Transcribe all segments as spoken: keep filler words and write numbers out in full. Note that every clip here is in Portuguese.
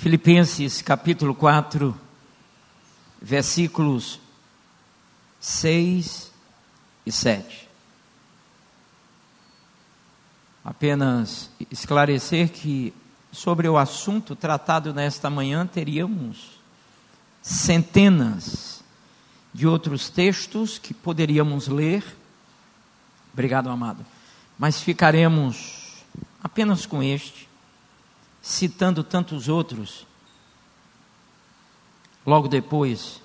Filipenses capítulo quatro, versículos seis e sete. Apenas esclarecer que sobre o assunto tratado nesta manhã teríamos centenas de outros textos que poderíamos ler. Obrigado, amado. Mas ficaremos apenas com este, citando tantos outros. Logo depois,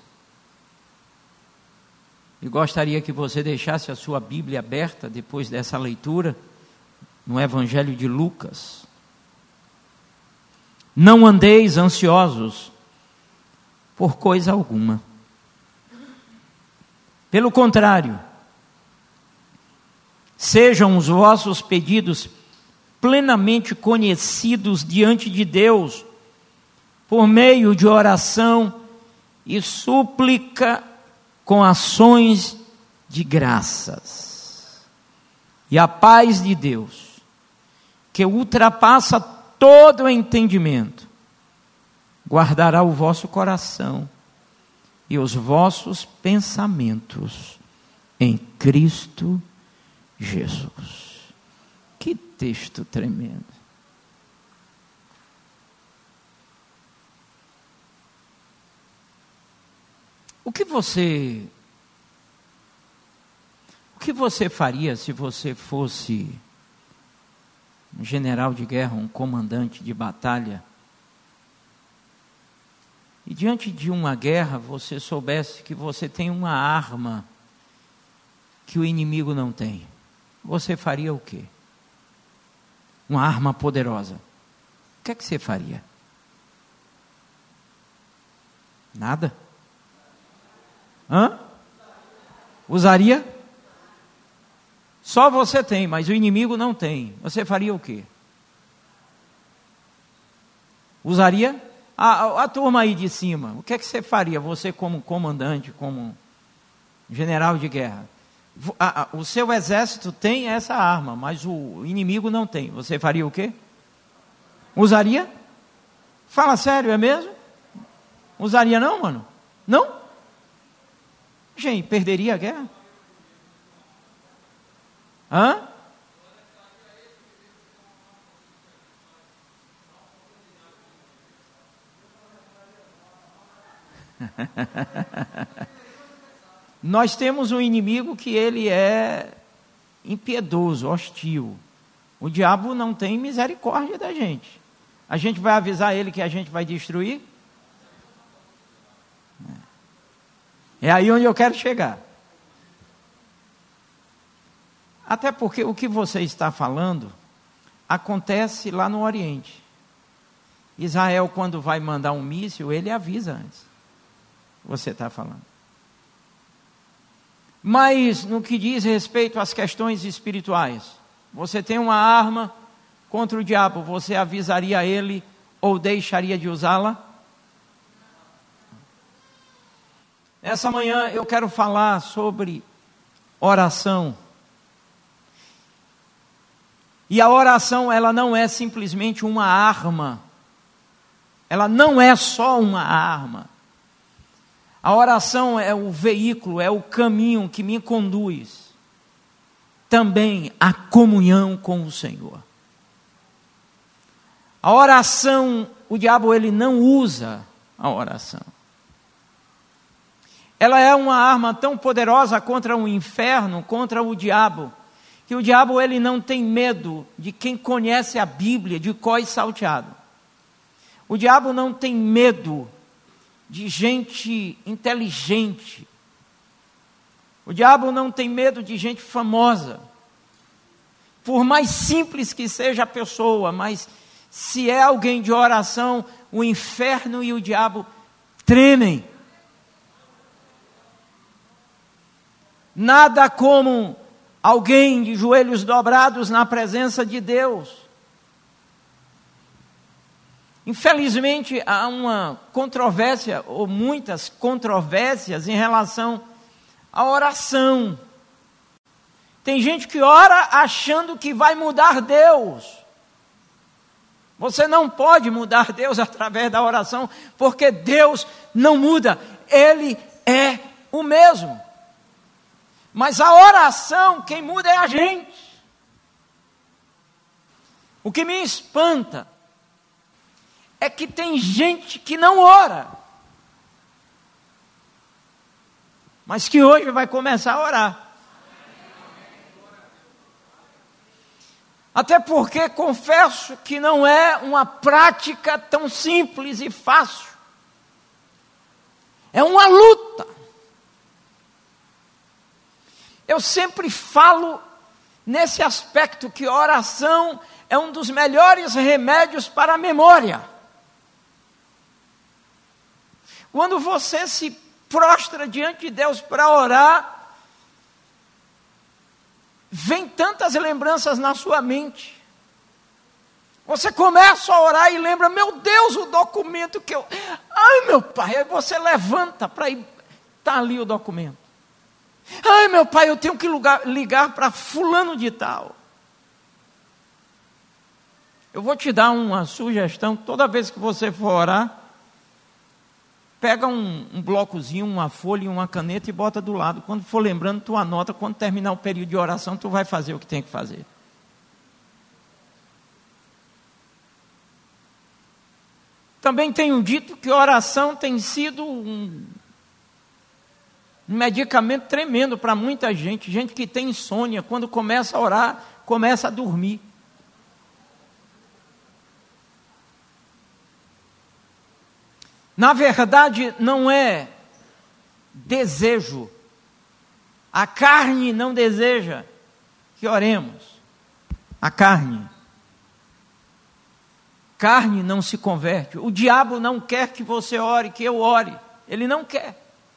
e gostaria que você deixasse a sua Bíblia aberta depois dessa leitura, no Evangelho de Lucas. Não andeis ansiosos por coisa alguma. Pelo contrário, sejam os vossos pedidos plenamente conhecidos diante de Deus, por meio de oração e súplica com ações de graças. E a paz de Deus, que ultrapassa todo o entendimento, guardará o vosso coração e os vossos pensamentos em Cristo Jesus. Que texto tremendo. O que você O que você faria se você fosse um general de guerra, um comandante de batalha, e diante de uma guerra você soubesse que você tem uma arma que o inimigo não tem? Você faria o quê? Uma arma poderosa. O que é que você faria? Nada? Hã? Usaria? Só você tem, mas o inimigo não tem. Você faria o quê? Usaria? A, a turma aí de cima, o que é que você faria? Você como comandante, como general de guerra. A, a, o seu exército tem essa arma, mas o inimigo não tem. Você faria o quê? Usaria? Fala sério, é mesmo? Usaria não, mano? Não? Gente, perderia a guerra? Hã? Nós temos um inimigo que ele é impiedoso, hostil. O diabo não tem misericórdia da gente. A gente vai avisar ele que a gente vai destruir? É aí onde eu quero chegar. Até porque o que você está falando acontece lá no Oriente. Israel, quando vai mandar um míssil, ele avisa antes. Você está falando. Mas no que diz respeito às questões espirituais, você tem uma arma contra o diabo, você avisaria ele ou deixaria de usá-la? Essa manhã eu quero falar sobre oração. E a oração, ela não é simplesmente uma arma. Ela não é só uma arma. A oração é o veículo, é o caminho que me conduz também à comunhão com o Senhor. A oração, o diabo ele não usa a oração. Ela é uma arma tão poderosa contra o inferno, contra o diabo, que o diabo ele não tem medo de quem conhece a Bíblia de cor e salteado. O diabo não tem medo de gente inteligente. O diabo não tem medo de gente famosa. Por mais simples que seja a pessoa, mas se é alguém de oração, o inferno e o diabo tremem. Nada como alguém de joelhos dobrados na presença de Deus. Infelizmente, há uma controvérsia, ou muitas controvérsias, em relação à oração. Tem gente que ora achando que vai mudar Deus. Você não pode mudar Deus através da oração, porque Deus não muda, Ele é o mesmo. Mas a oração, quem muda é a gente. O que me espanta é que tem gente que não ora, mas que hoje vai começar a orar. Até porque confesso que não é uma prática tão simples e fácil. É uma luta. Eu sempre falo nesse aspecto que oração é um dos melhores remédios para a memória. Quando você se prostra diante de Deus para orar, vem tantas lembranças na sua mente. Você começa a orar e lembra, meu Deus, o documento que eu... Ai, meu pai, aí você levanta para ir... Está ali o documento. Ai, meu pai, eu tenho que ligar, ligar para fulano de tal. Eu vou te dar uma sugestão, toda vez que você for orar, pega um, um blocozinho, uma folha e uma caneta e bota do lado. Quando for lembrando, tu anota. Quando terminar o período de oração, tu vai fazer o que tem que fazer. Também tenho dito que oração tem sido um, um medicamento tremendo para muita gente. Gente que tem insônia, quando começa a orar, começa a dormir. Na verdade, não é desejo. A carne não deseja que oremos. A carne. Carne não se converte. O diabo não quer que você ore, que eu ore. Ele não quer.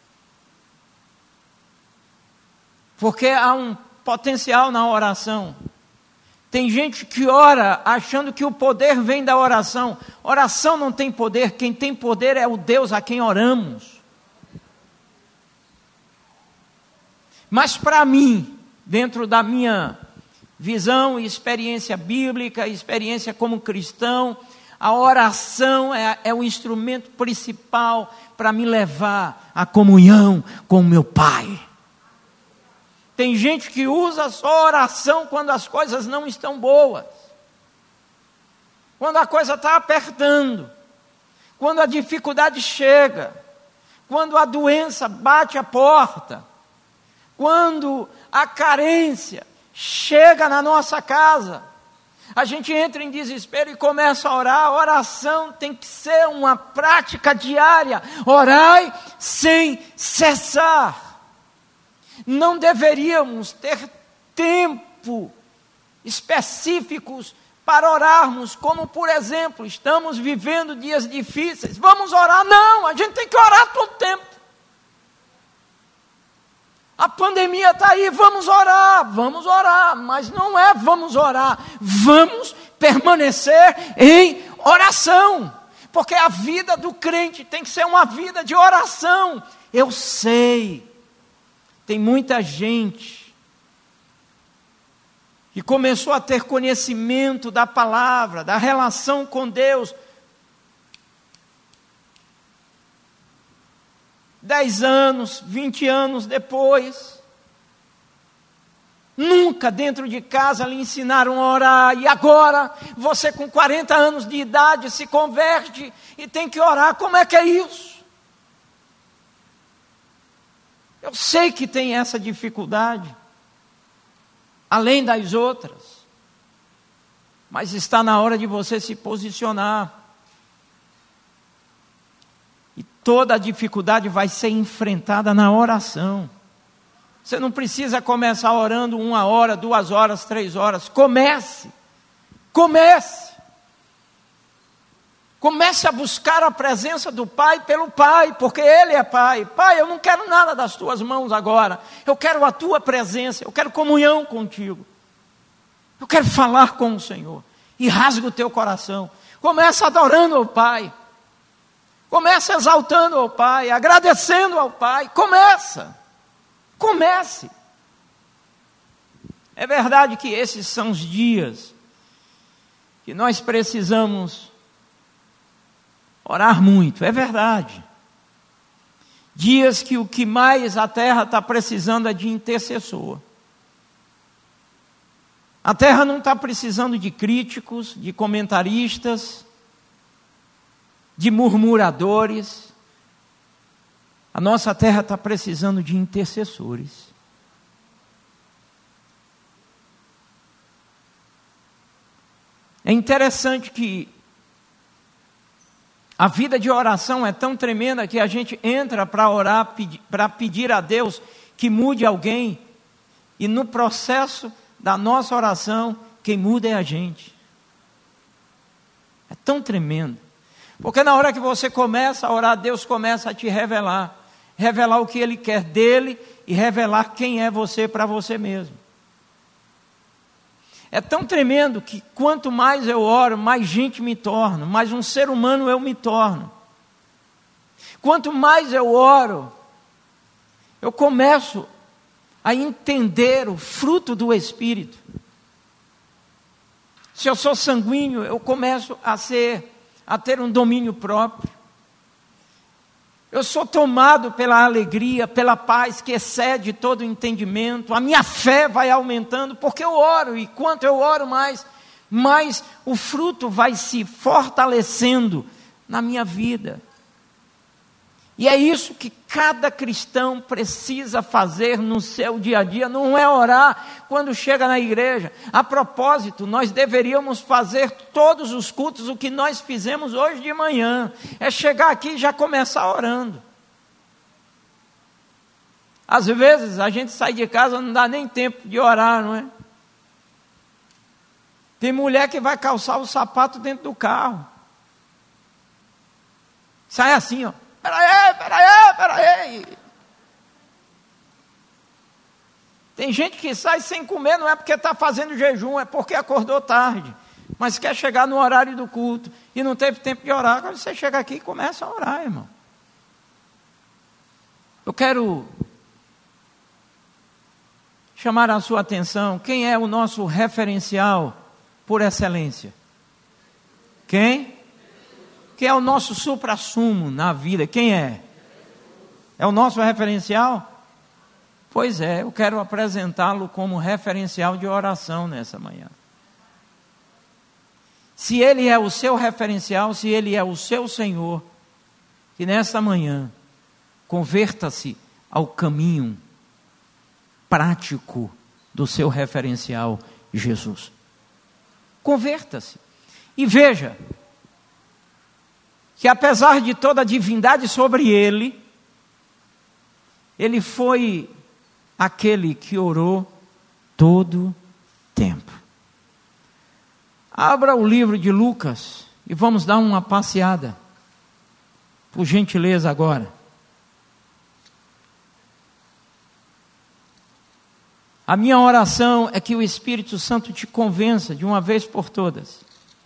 Porque há um potencial na oração. Tem gente que ora achando que o poder vem da oração. Oração não tem poder, quem tem poder é o Deus a quem oramos. Mas para mim, dentro da minha visão e experiência bíblica, experiência como cristão, a oração é, é o instrumento principal para me levar à comunhão com o meu Pai. Tem gente que usa só oração quando as coisas não estão boas. Quando a coisa está apertando. Quando a dificuldade chega. Quando a doença bate a porta. Quando a carência chega na nossa casa. A gente entra em desespero e começa a orar. A oração tem que ser uma prática diária. Orai sem cessar. Não deveríamos ter tempo específicos para orarmos, como por exemplo, estamos vivendo dias difíceis, vamos orar? Não, a gente tem que orar todo tempo. A pandemia está aí, vamos orar, vamos orar, mas não é vamos orar, vamos permanecer em oração, porque a vida do crente tem que ser uma vida de oração. Eu sei. Tem muita gente que começou a ter conhecimento da palavra, da relação com Deus, dez anos, vinte anos depois. Nunca dentro de casa lhe ensinaram a orar, e agora você com quarenta anos de idade se converte e tem que orar. Como é que é isso? Eu sei que tem essa dificuldade, além das outras, mas está na hora de você se posicionar. E toda a dificuldade vai ser enfrentada na oração. Você não precisa começar orando uma hora, duas horas, três horas. Comece, comece. Comece a buscar a presença do Pai pelo Pai, porque Ele é Pai. Pai, eu não quero nada das tuas mãos agora. Eu quero a tua presença, eu quero comunhão contigo. Eu quero falar com o Senhor. E rasga o teu coração. Comece adorando ao Pai. Comece exaltando ao Pai, agradecendo ao Pai. Começa. Comece. É verdade que esses são os dias que nós precisamos orar muito, é verdade. Dias que o que mais a terra está precisando é de intercessor. A terra não está precisando de críticos, de comentaristas, de murmuradores. A nossa terra está precisando de intercessores. É interessante que a vida de oração é tão tremenda que a gente entra para orar, para pedir a Deus que mude alguém, e no processo da nossa oração, quem muda é a gente. É tão tremendo. Porque na hora que você começa a orar, Deus começa a te revelar. Revelar o que Ele quer dele e revelar quem é você para você mesmo. É tão tremendo que quanto mais eu oro, mais gente me torno, mais um ser humano eu me torno. Quanto mais eu oro, eu começo a entender o fruto do Espírito. Se eu sou sanguíneo, eu começo a ser, a ter um domínio próprio. Eu sou tomado pela alegria, pela paz que excede todo o entendimento. A minha fé vai aumentando porque eu oro. E quanto eu oro mais, mais o fruto vai se fortalecendo na minha vida. E é isso que cada cristão precisa fazer no seu dia a dia. Não é orar quando chega na igreja. A propósito, nós deveríamos fazer todos os cultos o que nós fizemos hoje de manhã. É chegar aqui e já começar orando. Às vezes a gente sai de casa, não dá nem tempo de orar, não é? Tem mulher que vai calçar o sapato dentro do carro. Sai assim, ó. Peraí, peraí, peraí. Tem gente que sai sem comer, não é porque está fazendo jejum, é porque acordou tarde. Mas quer chegar no horário do culto e não teve tempo de orar. Quando você chega aqui, começa a orar, irmão. Eu quero chamar a sua atenção. Quem é o nosso referencial por excelência? Quem? Quem é o nosso suprassumo na vida? Quem é? É o nosso referencial? Pois é, eu quero apresentá-lo como referencial de oração nessa manhã. Se Ele é o seu referencial, se Ele é o seu Senhor, que nessa manhã converta-se ao caminho prático do seu referencial, Jesus. Converta-se. E veja que apesar de toda a divindade sobre ele, ele foi aquele que orou todo tempo. Abra o livro de Lucas e vamos dar uma passeada, por gentileza agora. A minha oração é que o Espírito Santo te convença de uma vez por todas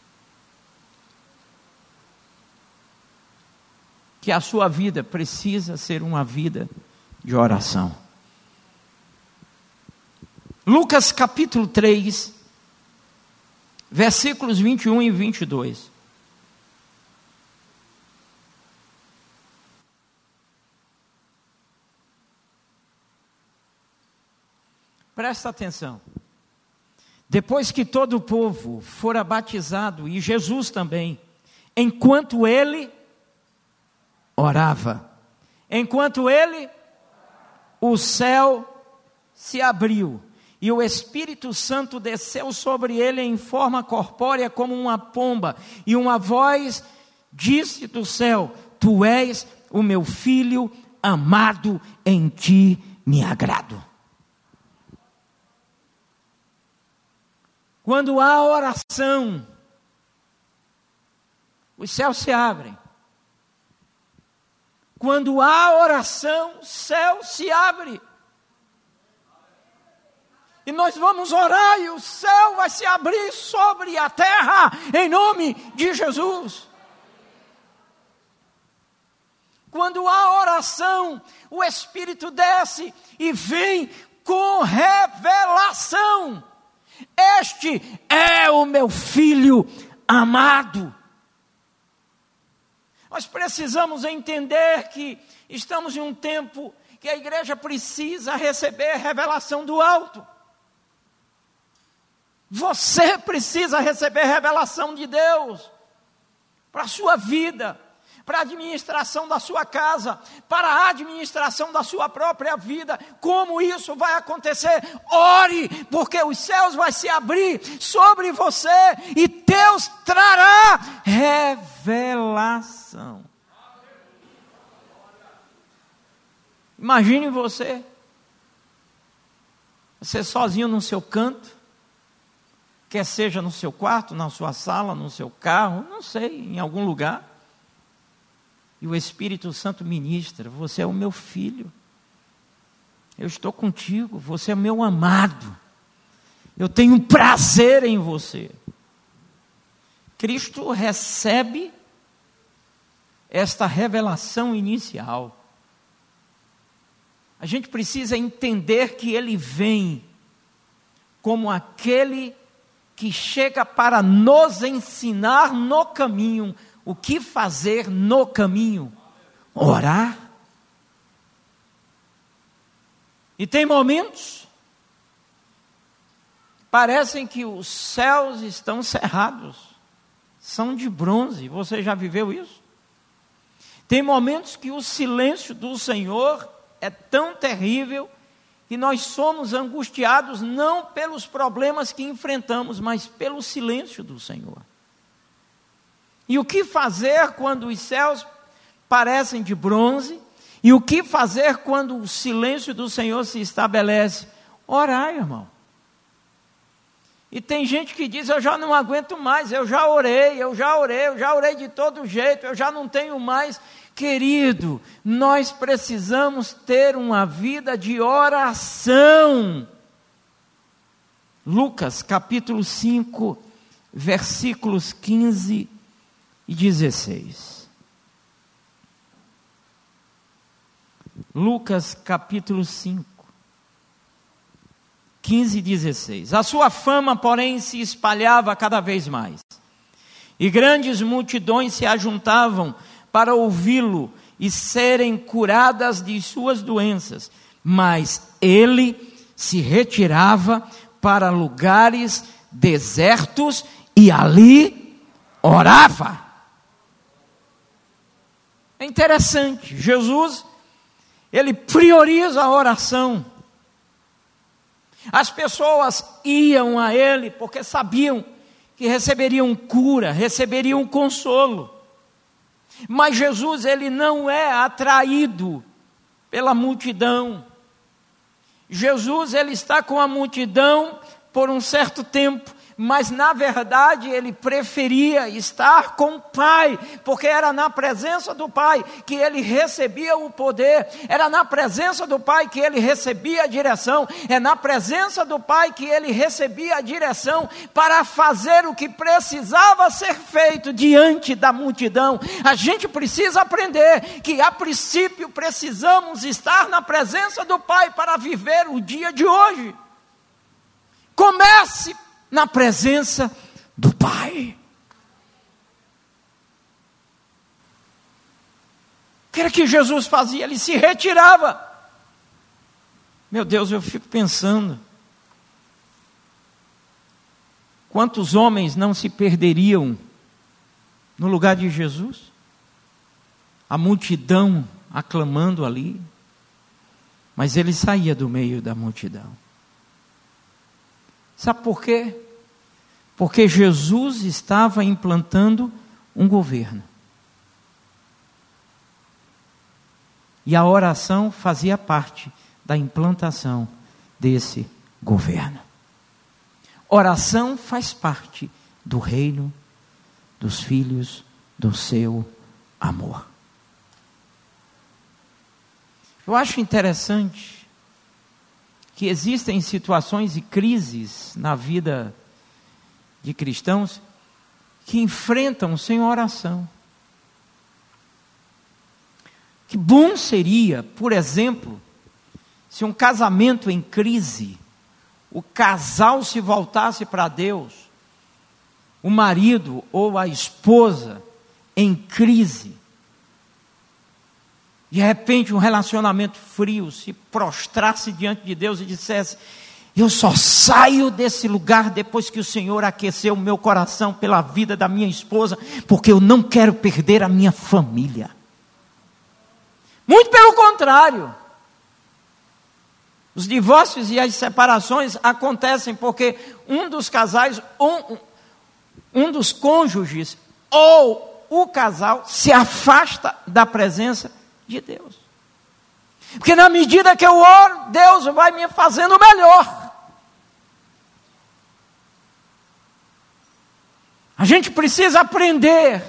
que a sua vida precisa ser uma vida de oração. Lucas capítulo três, versículos vinte e um e vinte e dois. Presta atenção. Depois que todo o povo fora batizado, e Jesus também, enquanto ele orava, enquanto ele, o céu se abriu, e o Espírito Santo desceu sobre ele em forma corpórea como uma pomba, e uma voz disse do céu: Tu és o meu filho amado, em ti me agrado. Quando há oração, os céus se abrem. Quando há oração, o céu se abre. E nós vamos orar e o céu vai se abrir sobre a terra, em nome de Jesus. Quando há oração, o Espírito desce e vem com revelação. Este é o meu filho amado. Nós precisamos entender que estamos em um tempo que a igreja precisa receber revelação do alto. Você precisa receber revelação de Deus para a sua vida, para a administração da sua casa, para a administração da sua própria vida. Como isso vai acontecer? Ore, porque os céus vão se abrir sobre você e Deus trará revelação. Imagine você, você sozinho no seu canto, quer seja no seu quarto, na sua sala, no seu carro, não sei, em algum lugar. E o Espírito Santo ministra: você é o meu filho, eu estou contigo, você é meu amado, eu tenho prazer em você. Cristo recebe esta revelação inicial. A gente precisa entender que Ele vem como aquele que chega para nos ensinar no caminho. O que fazer no caminho? Orar. E tem momentos, parecem que os céus estão cerrados, são de bronze. Você já viveu isso? Tem momentos que o silêncio do Senhor é tão terrível que nós somos angustiados não pelos problemas que enfrentamos, mas pelo silêncio do Senhor. E o que fazer quando os céus parecem de bronze? E o que fazer quando o silêncio do Senhor se estabelece? Orar, irmão. E tem gente que diz: eu já não aguento mais, eu já orei, eu já orei, eu já orei de todo jeito, eu já não tenho mais. Querido, nós precisamos ter uma vida de oração. Lucas capítulo cinco, versículos quinze e dezesseis. Lucas capítulo cinco, quinze e dezesseis. A sua fama, porém, se espalhava cada vez mais, e grandes multidões se ajuntavam para ouvi-lo e serem curadas de suas doenças. Mas ele se retirava para lugares desertos e ali orava. É interessante, Jesus, ele prioriza a oração. As pessoas iam a ele porque sabiam que receberiam cura, receberiam consolo. Mas Jesus, ele não é atraído pela multidão. Jesus, ele está com a multidão por um certo tempo, mas na verdade ele preferia estar com o Pai, porque era na presença do Pai que ele recebia o poder, era na presença do Pai que ele recebia a direção, é na presença do Pai que ele recebia a direção para fazer o que precisava ser feito diante da multidão. A gente precisa aprender que a princípio precisamos estar na presença do Pai para viver o dia de hoje. Comece na presença do Pai. O que era que Jesus fazia? Ele se retirava. Meu Deus, eu fico pensando, quantos homens não se perderiam no lugar de Jesus? A multidão aclamando ali, mas ele saía do meio da multidão. Sabe por quê? Porque Jesus estava implantando um governo. E a oração fazia parte da implantação desse governo. Oração faz parte do reino dos filhos do seu amor. Eu acho interessante que existem situações e crises na vida de cristãos que enfrentam sem oração. Que bom seria, por exemplo, se um casamento em crise o casal se voltasse para Deus, o marido ou a esposa em crise, de repente um relacionamento frio, se prostrasse diante de Deus e dissesse: eu só saio desse lugar depois que o Senhor aqueceu o meu coração pela vida da minha esposa, porque eu não quero perder a minha família. Muito pelo contrário. Os divórcios e as separações acontecem porque um dos casais, um, um dos cônjuges ou o casal se afasta da presença de Deus. Porque na medida que eu oro, Deus vai me fazendo melhor. A gente precisa aprender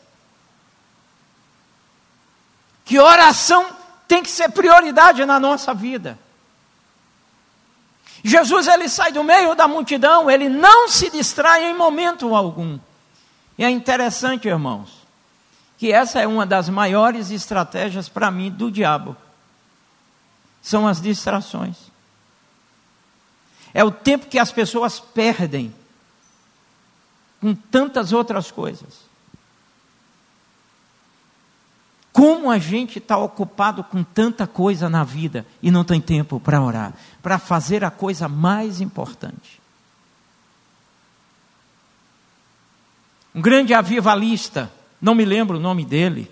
que oração tem que ser prioridade na nossa vida. Jesus, ele sai do meio da multidão, ele não se distrai em momento algum. E é interessante, irmãos, que essa é uma das maiores estratégias para mim do diabo. São as distrações. É o tempo que as pessoas perdem com tantas outras coisas. Como a gente está ocupado com tanta coisa na vida e não tem tempo para orar, para fazer a coisa mais importante. Um grande avivalista, não me lembro o nome dele,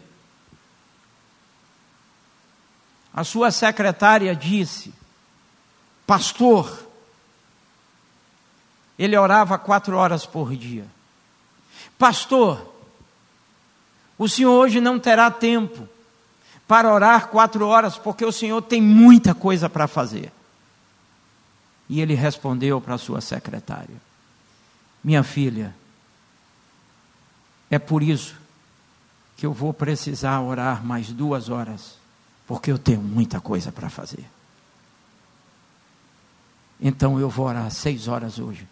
a sua secretária disse: pastor, ele orava quatro horas por dia. Pastor, o senhor hoje não terá tempo para orar quatro horas, porque o senhor tem muita coisa para fazer. E ele respondeu para a sua secretária: minha filha, é por isso que eu vou precisar orar mais duas horas, porque eu tenho muita coisa para fazer. Então eu vou orar seis horas hoje.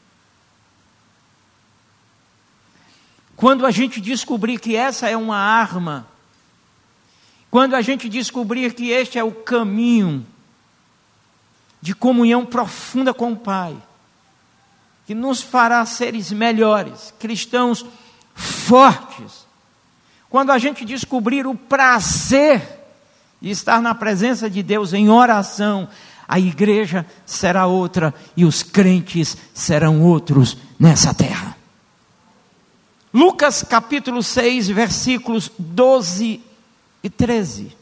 Quando a gente descobrir que essa é uma arma, quando a gente descobrir que este é o caminho de comunhão profunda com o Pai, que nos fará seres melhores, cristãos fortes, quando a gente descobrir o prazer de estar na presença de Deus em oração, a igreja será outra e os crentes serão outros nessa terra. Lucas capítulo seis, versículos doze e treze.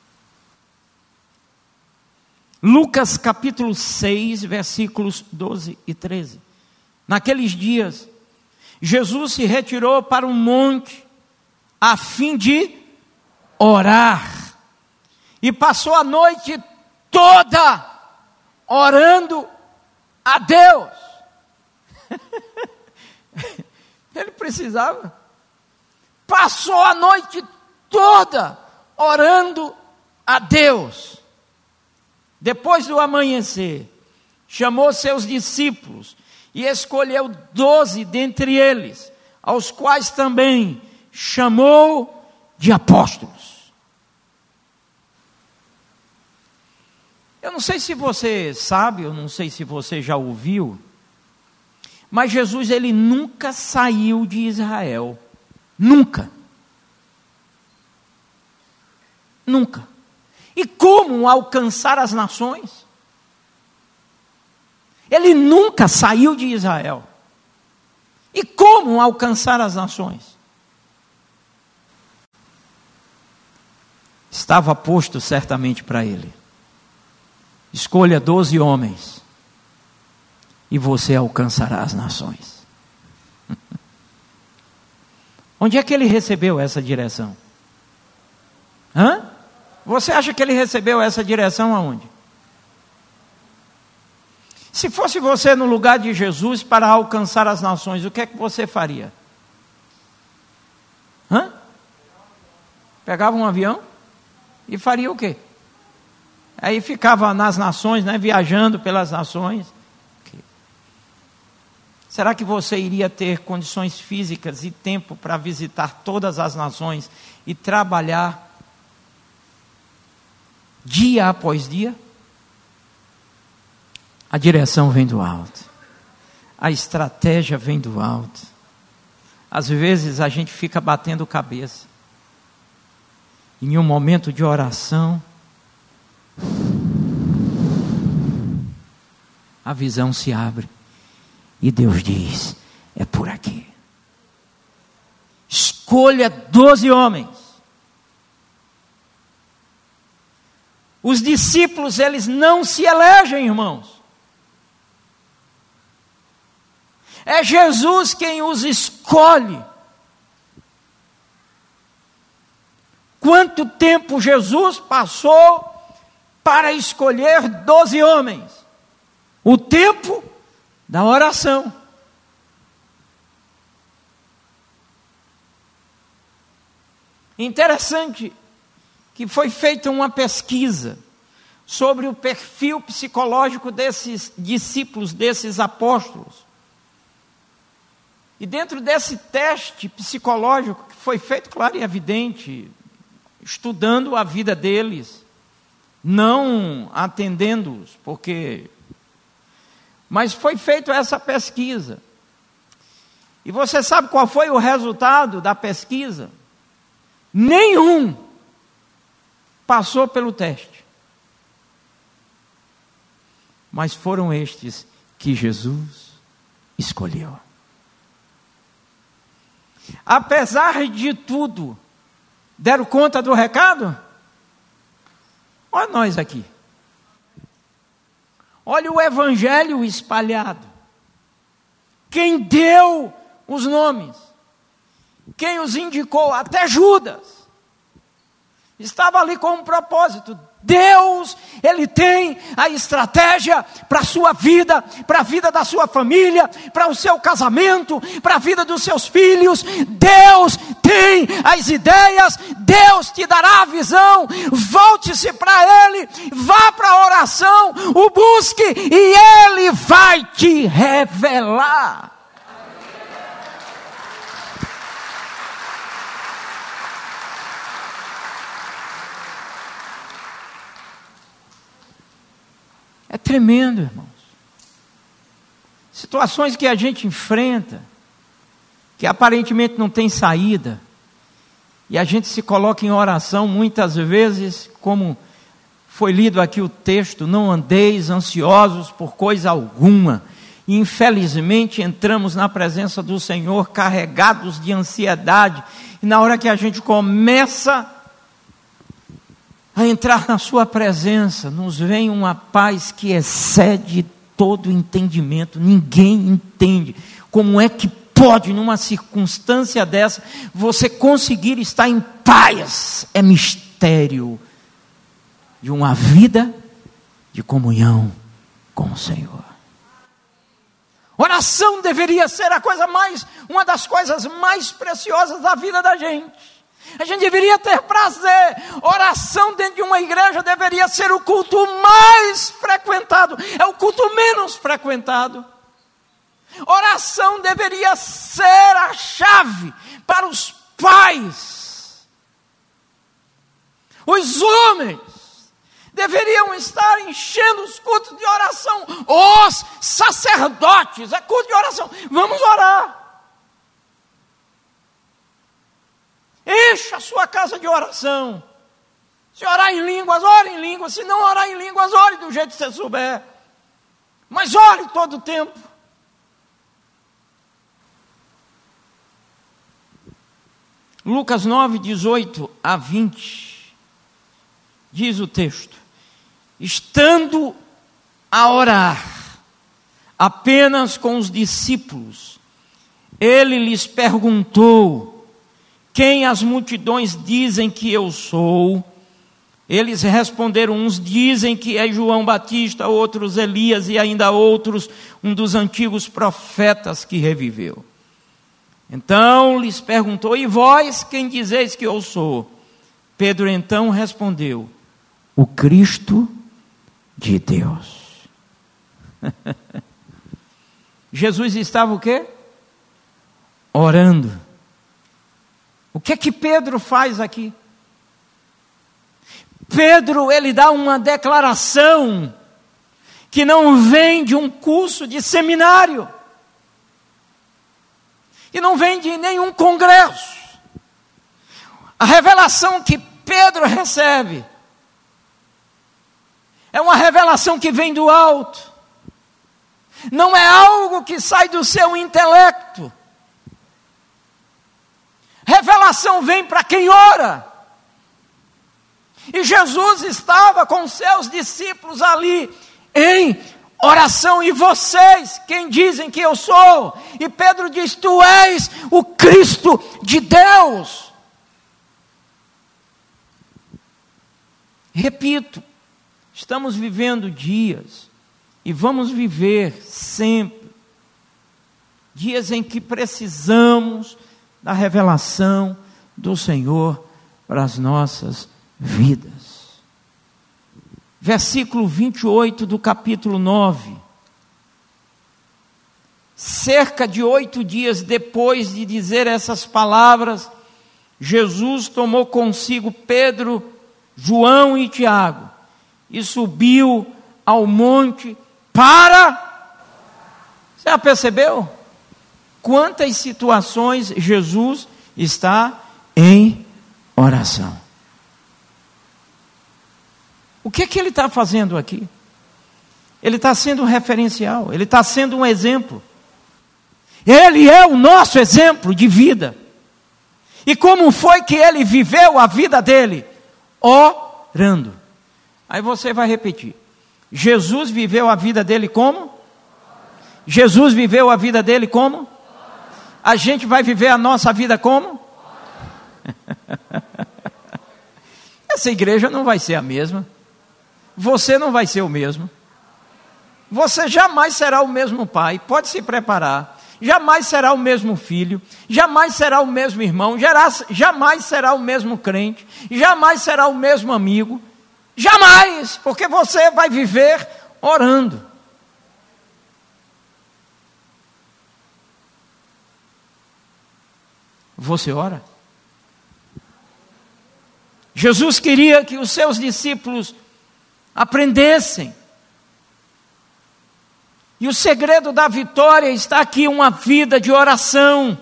Lucas capítulo seis, versículos doze e treze. Naqueles dias, Jesus se retirou para um monte a fim de orar. E passou a noite toda orando a Deus. Ele precisava. Passou a noite toda orando a Deus. Depois do amanhecer, chamou seus discípulos e escolheu doze dentre eles, aos quais também chamou de apóstolos. Eu não sei se você sabe, eu não sei se você já ouviu, mas Jesus, ele nunca saiu de Israel. Nunca. Nunca. E como alcançar as nações? Ele nunca saiu de Israel. E como alcançar as nações? Estava posto certamente para ele: escolha doze homens e você alcançará as nações. Onde é que ele recebeu essa direção? Hã? Você acha que ele recebeu essa direção aonde? Se fosse você no lugar de Jesus para alcançar as nações, o que é que você faria? Hã? Pegava um avião e faria o quê? Aí ficava nas nações, né, viajando pelas nações. Será que você iria ter condições físicas e tempo para visitar todas as nações e trabalhar dia após dia? A direção vem do alto. A estratégia vem do alto. Às vezes a gente fica batendo cabeça. Em um momento de oração, a visão se abre. E Deus diz, é por aqui. Escolha doze homens. Os discípulos, eles não se elegem, irmãos. É Jesus quem os escolhe. Quanto tempo Jesus passou para escolher doze homens? O tempo da oração. Interessante que foi feita uma pesquisa sobre o perfil psicológico desses discípulos, desses apóstolos. E dentro desse teste psicológico que foi feito, claro e evidente, estudando a vida deles, não atendendo-os, porque... Mas foi feita essa pesquisa. E você sabe qual foi o resultado da pesquisa? Nenhum passou pelo teste. Mas foram estes que Jesus escolheu. Apesar de tudo, deram conta do recado? Olha nós aqui. Olha o evangelho espalhado. Quem deu os nomes? Quem os indicou? Até Judas. Estava ali com um propósito. Deus, Ele tem a estratégia para a sua vida, para a vida da sua família, para o seu casamento, para a vida dos seus filhos. Deus tem as ideias, Deus te dará a visão. Volte-se para Ele, vá para a oração, o busque e Ele vai te revelar. É tremendo, irmãos. Situações que a gente enfrenta, que aparentemente não tem saída, e a gente se coloca em oração muitas vezes, como foi lido aqui o texto, não andeis ansiosos por coisa alguma. E infelizmente entramos na presença do Senhor carregados de ansiedade, e na hora que a gente começa a entrar na sua presença, nos vem uma paz que excede todo entendimento. Ninguém entende como é que pode, numa circunstância dessa, você conseguir estar em paz. É mistério de uma vida de comunhão com o Senhor. Oração deveria ser a coisa mais, uma das coisas mais preciosas da vida da gente. A gente deveria ter prazer. Oração dentro de uma igreja deveria ser o culto mais frequentado. É o culto menos frequentado. Oração deveria ser a chave para os pais. Os homens deveriam estar enchendo os cultos de oração. Os sacerdotes, é culto de oração. Vamos orar. Encha a sua casa de oração. Se orar em línguas, ore em línguas. Se não orar em línguas, ore do jeito que você souber. Mas ore todo o tempo. Lucas nove, dezoito a vinte. Diz o texto: estando a orar apenas com os discípulos, ele lhes perguntou: quem as multidões dizem que eu sou? Eles responderam: uns dizem que é João Batista, outros Elias e ainda outros, um dos antigos profetas que reviveu. Então lhes perguntou: e vós, quem dizeis que eu sou? Pedro então respondeu: o Cristo de Deus. Jesus estava o quê? Orando. O que é que Pedro faz aqui? Pedro, ele dá uma declaração que não vem de um curso de seminário, que não vem de nenhum congresso. A revelação que Pedro recebe é uma revelação que vem do alto. Não é algo que sai do seu intelecto. Revelação vem para quem ora. E Jesus estava com seus discípulos ali em oração. E vocês, quem dizem que eu sou? E Pedro diz: tu és o Cristo de Deus. Repito, estamos vivendo dias, e vamos viver sempre, dias em que precisamos da revelação do Senhor para as nossas vidas. Versículo vinte e oito do capítulo nove. Cerca de oito dias depois de dizer essas palavras, Jesus tomou consigo Pedro, João e Tiago, e subiu ao monte para... Você já percebeu? Quantas situações Jesus está em oração. O que que ele está fazendo aqui? Ele está sendo um referencial, ele está sendo um exemplo. Ele é o nosso exemplo de vida. E como foi que ele viveu a vida dele? Orando. Aí você vai repetir. Jesus viveu a vida dele como? Jesus viveu a vida dele como? A gente vai viver a nossa vida como? Essa igreja não vai ser a mesma. Você não vai ser o mesmo. Você jamais será o mesmo pai. Pode se preparar. Jamais será o mesmo filho. Jamais será o mesmo irmão. Jamais será o mesmo crente. Jamais será o mesmo amigo. Jamais. Porque você vai viver orando. Você ora? Jesus queria que os seus discípulos aprendessem. E o segredo da vitória está aqui, uma vida de oração.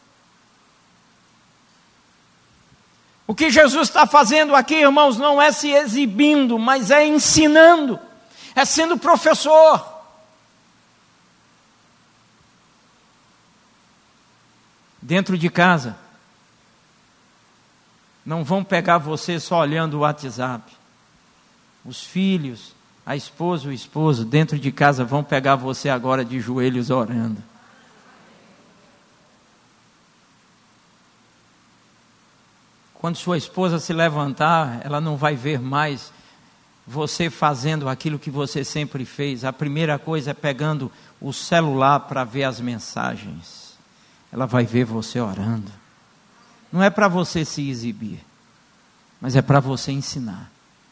O que Jesus está fazendo aqui, irmãos, não é se exibindo, mas é ensinando, é sendo professor. Dentro de casa, não vão pegar você só olhando o WhatsApp. Os filhos, a esposa, o esposo, dentro de casa vão pegar você agora de joelhos orando. Quando sua esposa se levantar, ela não vai ver mais você fazendo aquilo que você sempre fez. A primeira coisa é pegando o celular para ver as mensagens. Ela vai ver você orando. Não é para você se exibir, mas é para você ensinar.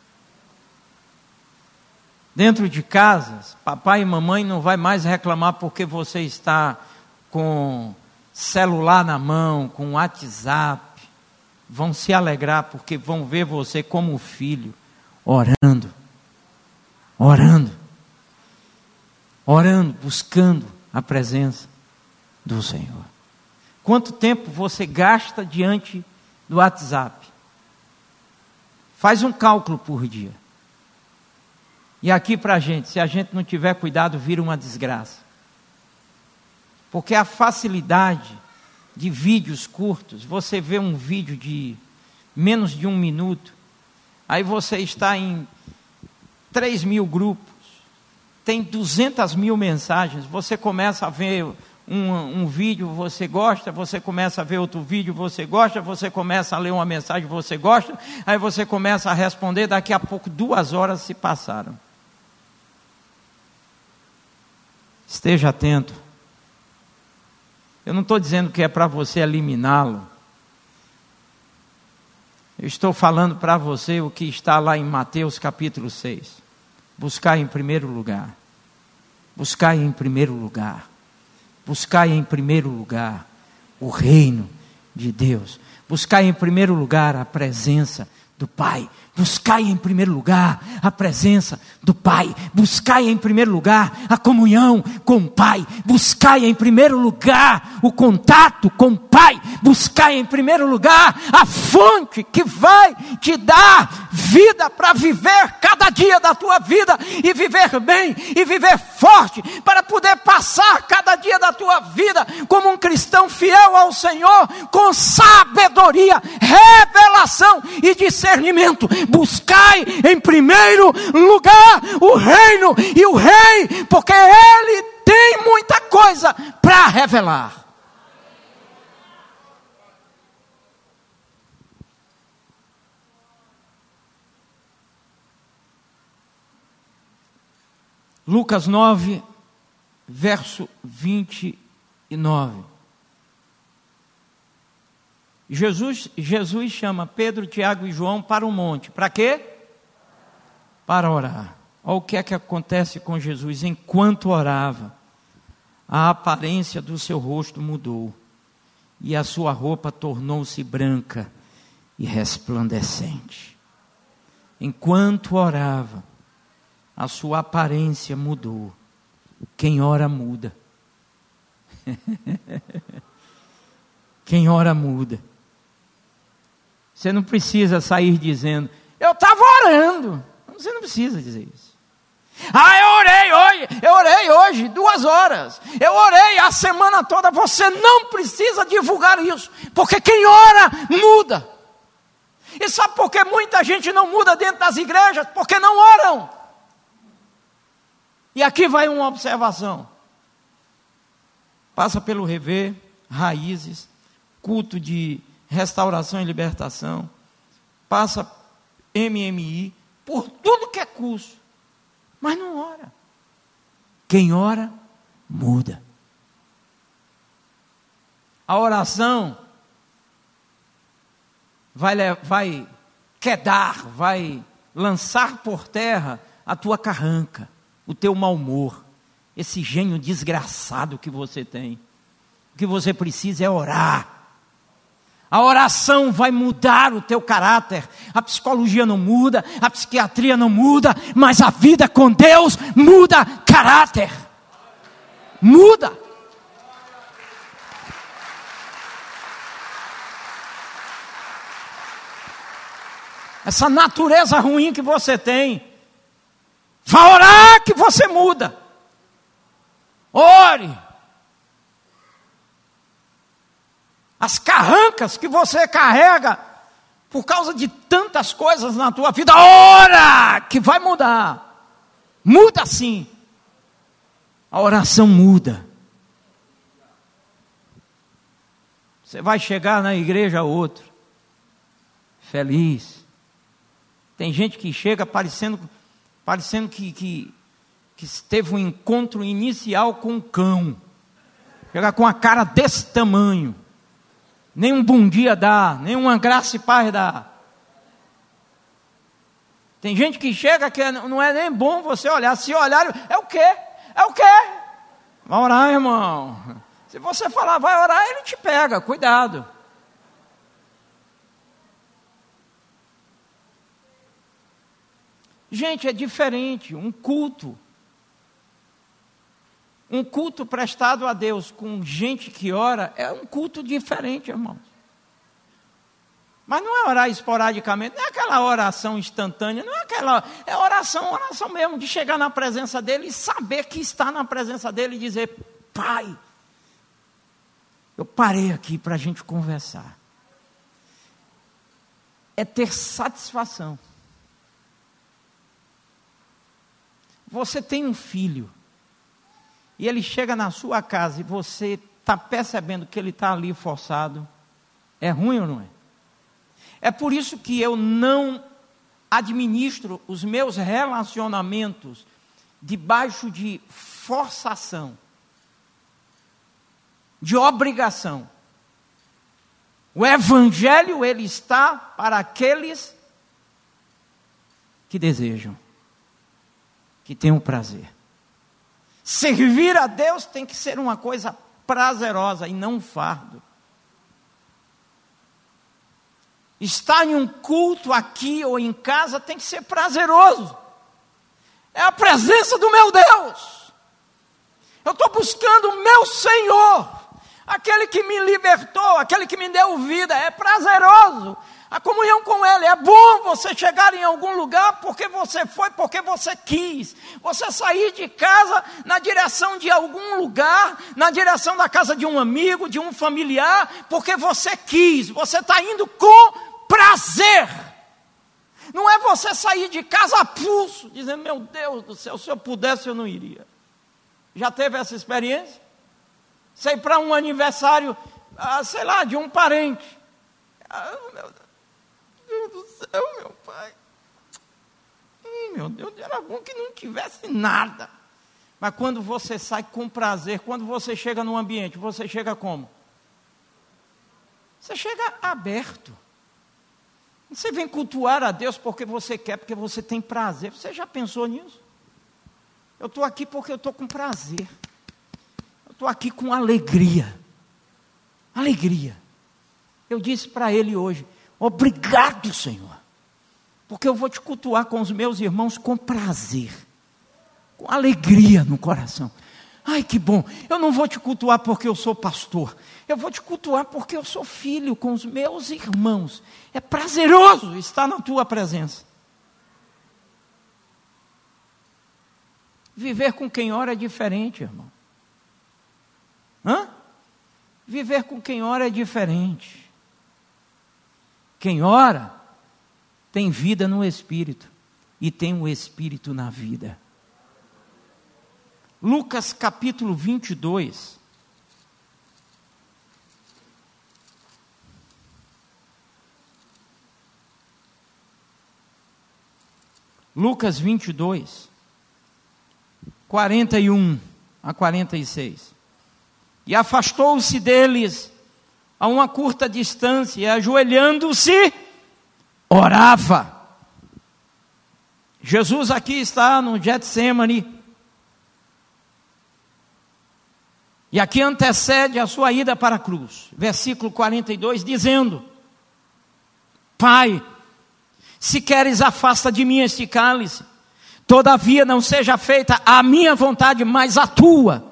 Dentro de casas, papai e mamãe não vai mais reclamar porque você está com celular na mão, com WhatsApp. Vão se alegrar porque vão ver você como filho, orando, orando, orando, buscando a presença do Senhor. Quanto tempo você gasta diante do WhatsApp? Faz um cálculo por dia. E aqui para a gente, se a gente não tiver cuidado, vira uma desgraça. Porque a facilidade de vídeos curtos, você vê um vídeo de menos de um minuto, aí você está em três mil grupos, tem duzentas mil mensagens, você começa a ver um, um vídeo, você gosta, você começa a ver outro vídeo, você gosta, você começa a ler uma mensagem, você gosta, aí você começa a responder, daqui a pouco duas horas se passaram. Esteja atento. Eu não estou dizendo que é para você eliminá-lo. Eu estou falando para você o que está lá em Mateus capítulo seis. Buscai em primeiro lugar. Buscai em primeiro lugar. Buscai em primeiro lugar o reino de Deus. Buscai em primeiro lugar a presença do Pai. Buscai em primeiro lugar a presença do Pai. Buscai em primeiro lugar a comunhão com o Pai. Buscai em primeiro lugar o contato com o Pai. Buscai em primeiro lugar a fonte que vai te dar vida para viver cada dia da tua vida e viver bem e viver forte, para poder passar cada dia da tua vida como um cristão fiel ao Senhor, com sabedoria, revelação e discernimento. Buscai em primeiro lugar o reino e o rei, porque ele tem muita coisa para revelar. Lucas nove, verso vinte e nove. Jesus, Jesus chama Pedro, Tiago e João para o monte. Para quê? Para orar. Olha o que é que acontece com Jesus. Enquanto orava, a aparência do seu rosto mudou, e a sua roupa tornou-se branca e resplandecente. Enquanto orava, a sua aparência mudou. Quem ora muda. Quem ora muda. Você não precisa sair dizendo, eu estava orando. Você não precisa dizer isso. Ah, eu orei hoje, eu orei hoje, duas horas. Eu orei a semana toda. Você não precisa divulgar isso, porque quem ora muda. E sabe por que muita gente não muda dentro das igrejas? Porque não oram. E aqui vai uma observação. Passa pelo Rever, Raízes, culto de restauração e libertação, passa M M I, por tudo que é curso, mas não ora. Quem ora, muda. A oração vai, vai quedar, vai lançar por terra a tua carranca, o teu mau humor, esse gênio desgraçado que você tem. O que você precisa é orar. A oração vai mudar o teu caráter. A psicologia não muda, a psiquiatria não muda, mas a vida com Deus muda caráter. Muda. Essa natureza ruim que você tem, vá orar que você muda. Ore. As carrancas que você carrega por causa de tantas coisas na tua vida, ora que vai mudar. Muda sim. A oração muda. Você vai chegar na igreja outro, feliz. Tem gente que chega parecendo, parecendo que, que, que teve um encontro inicial com um cão. Chega com a cara desse tamanho. Nem um bom dia dá, nem uma graça e paz dá. Tem gente que chega que não é nem bom você olhar. Se olhar, é o quê? É o quê? Vai orar, irmão. Se você falar, vai orar, ele te pega, cuidado. Gente, é diferente, um culto. Um culto prestado a Deus com gente que ora é um culto diferente, irmãos. Mas não é orar esporadicamente, não é aquela oração instantânea, não é aquela, é oração, oração mesmo, de chegar na presença dele e saber que está na presença dele e dizer, Pai, eu parei aqui para a gente conversar. É ter satisfação. Você tem um filho, e ele chega na sua casa e você está percebendo que ele está ali forçado, é ruim ou não é? É por isso que eu não administro os meus relacionamentos debaixo de forçação, de obrigação. O evangelho, ele está para aqueles que desejam, que têm o prazer. Servir a Deus tem que ser uma coisa prazerosa e não um fardo. Estar em um culto aqui ou em casa tem que ser prazeroso. É a presença do meu Deus. Eu estou buscando o meu Senhor, aquele que me libertou, aquele que me deu vida. É prazeroso a comunhão com Ele. É bom você chegar em algum lugar porque você foi, porque você quis. Você sair de casa na direção de algum lugar, na direção da casa de um amigo, de um familiar, porque você quis. Você está indo com prazer. Não é você sair de casa a pulso, dizendo, meu Deus do céu, se eu pudesse eu não iria. Já teve essa experiência? Sei para um aniversário, ah, sei lá, de um parente. Ah, meu Deus do céu, meu pai. Hum, meu Deus, era bom que não tivesse nada. Mas quando você sai com prazer, quando você chega no ambiente, você chega como? Você chega aberto. Você vem cultuar a Deus porque você quer, porque você tem prazer. Você já pensou nisso? Eu estou aqui porque eu estou com prazer. Eu estou aqui com alegria. Alegria. Eu disse para ele hoje, obrigado, Senhor, porque eu vou te cultuar com os meus irmãos com prazer, com alegria no coração. Ai, que bom, eu não vou te cultuar porque eu sou pastor, eu vou te cultuar porque eu sou filho com os meus irmãos. É prazeroso estar na tua presença. Viver com quem ora é diferente, irmão. Hã? Viver com quem ora é diferente. Quem ora tem vida no Espírito e tem o Espírito na vida. Lucas capítulo vinte e dois. Lucas vinte e dois, quarenta e um a quarenta e seis. E afastou-se deles a uma curta distância, e ajoelhando-se, orava. Jesus aqui está no Getsemane, e aqui antecede a sua ida para a cruz. Versículo quarenta e dois, dizendo, Pai, se queres, afasta de mim este cálice, todavia não seja feita a minha vontade, mas a tua.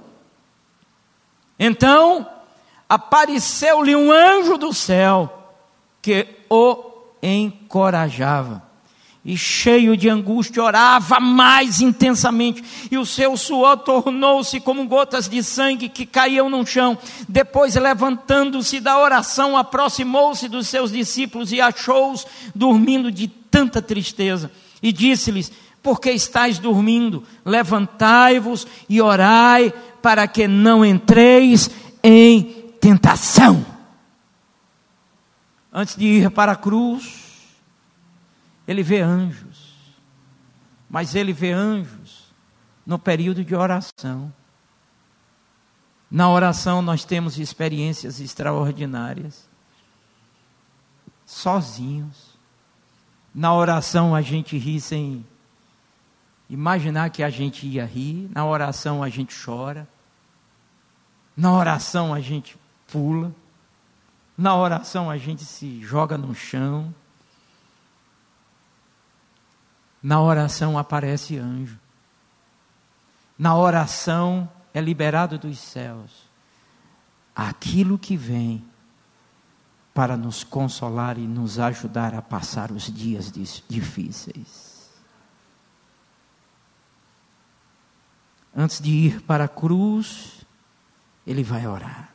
Então, apareceu-lhe um anjo do céu, que o encorajava. E cheio de angústia, orava mais intensamente, e o seu suor tornou-se como gotas de sangue que caíam no chão. Depois, levantando-se da oração, aproximou-se dos seus discípulos e achou-os dormindo de tanta tristeza. E disse-lhes, por que estáis dormindo? Levantai-vos e orai, para que não entreis em tentação. Antes de ir para a cruz, ele vê anjos, mas ele vê anjos no período de oração. Na oração nós temos experiências extraordinárias, sozinhos. Na oração a gente ri sem imaginar que a gente ia rir. Na oração a gente chora. Na oração a gente pula. Na oração a gente se joga no chão. Na oração aparece anjo. Na oração é liberado dos céus aquilo que vem para nos consolar e nos ajudar a passar os dias difíceis. Antes de ir para a cruz, ele vai orar.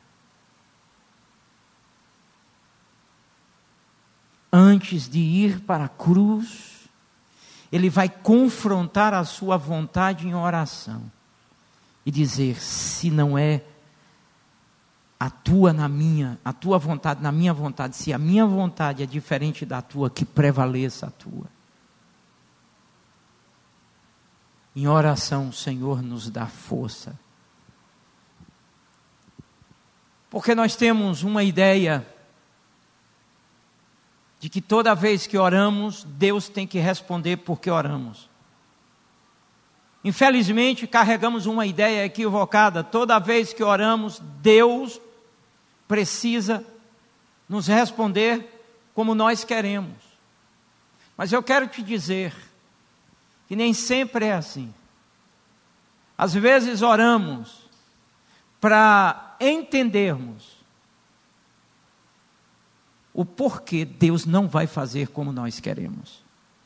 Antes de ir para a cruz, ele vai confrontar a sua vontade em oração e dizer, se não é a tua na minha, a tua vontade na minha vontade, se a minha vontade é diferente da tua, que prevaleça a tua. Em oração o Senhor nos dá força. Porque nós temos uma ideia de que toda vez que oramos, Deus tem que responder porque oramos. Infelizmente, carregamos uma ideia equivocada. Toda vez que oramos, Deus precisa nos responder como nós queremos. Mas eu quero te dizer que nem sempre é assim. Às vezes oramos para entendermos o porquê Deus não vai fazer como nós queremos.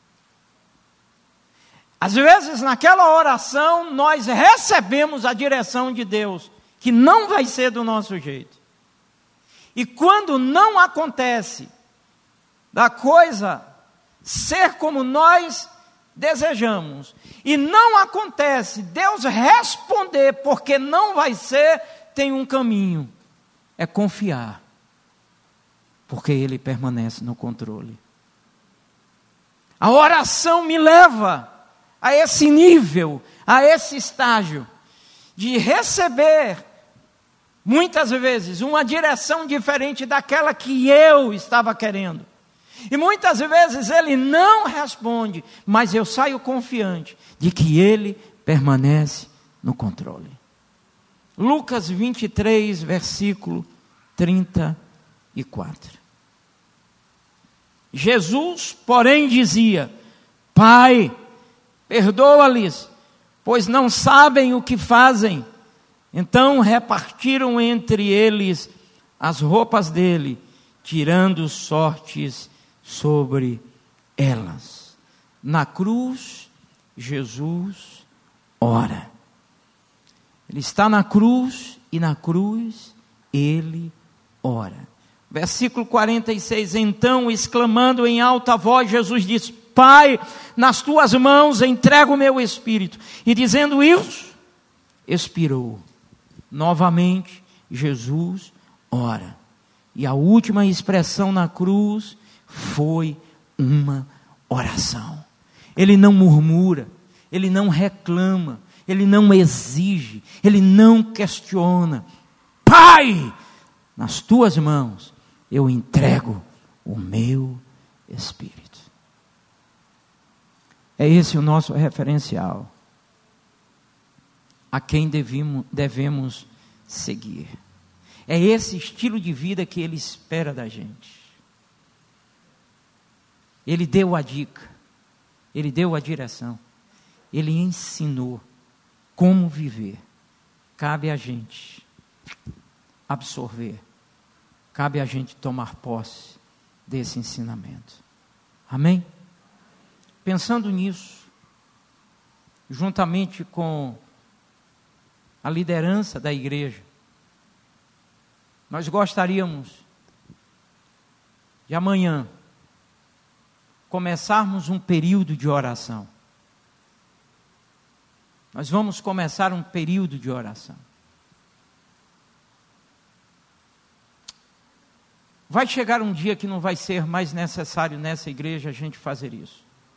Às vezes, naquela oração, nós recebemos a direção de Deus, que não vai ser do nosso jeito. E quando não acontece da coisa ser como nós desejamos, e não acontece Deus responder porque não vai ser, tem um caminho, é confiar, porque Ele permanece no controle. A oração me leva a esse nível, a esse estágio, de receber, muitas vezes, uma direção diferente daquela que eu estava querendo. E muitas vezes Ele não responde, mas eu saio confiante de que Ele permanece no controle. Lucas vinte e três, versículo trinta e quatro. Jesus, porém, dizia: Pai, perdoa-lhes, pois não sabem o que fazem. Então repartiram entre eles as roupas dele, tirando sortes sobre elas. Na cruz, Jesus ora. Ele está na cruz e na cruz ele ora. Versículo quarenta e seis, então, exclamando em alta voz, Jesus disse: Pai, nas tuas mãos entrego o meu espírito. E dizendo isso, expirou. Novamente, Jesus ora. E a última expressão na cruz foi uma oração. Ele não murmura, ele não reclama, ele não exige, ele não questiona. Pai, nas tuas mãos eu entrego o meu espírito. É esse o nosso referencial, a quem devemos, devemos seguir. É esse estilo de vida que Ele espera da gente. Ele deu a dica, Ele deu a direção, Ele ensinou como viver. Cabe a gente absorver, cabe a gente tomar posse desse ensinamento. Amém? Pensando nisso, juntamente com a liderança da igreja, nós gostaríamos de amanhã começarmos um período de oração. Nós vamos começar um período de oração. Vai chegar um dia que não vai ser mais necessário nessa igreja a gente fazer isso.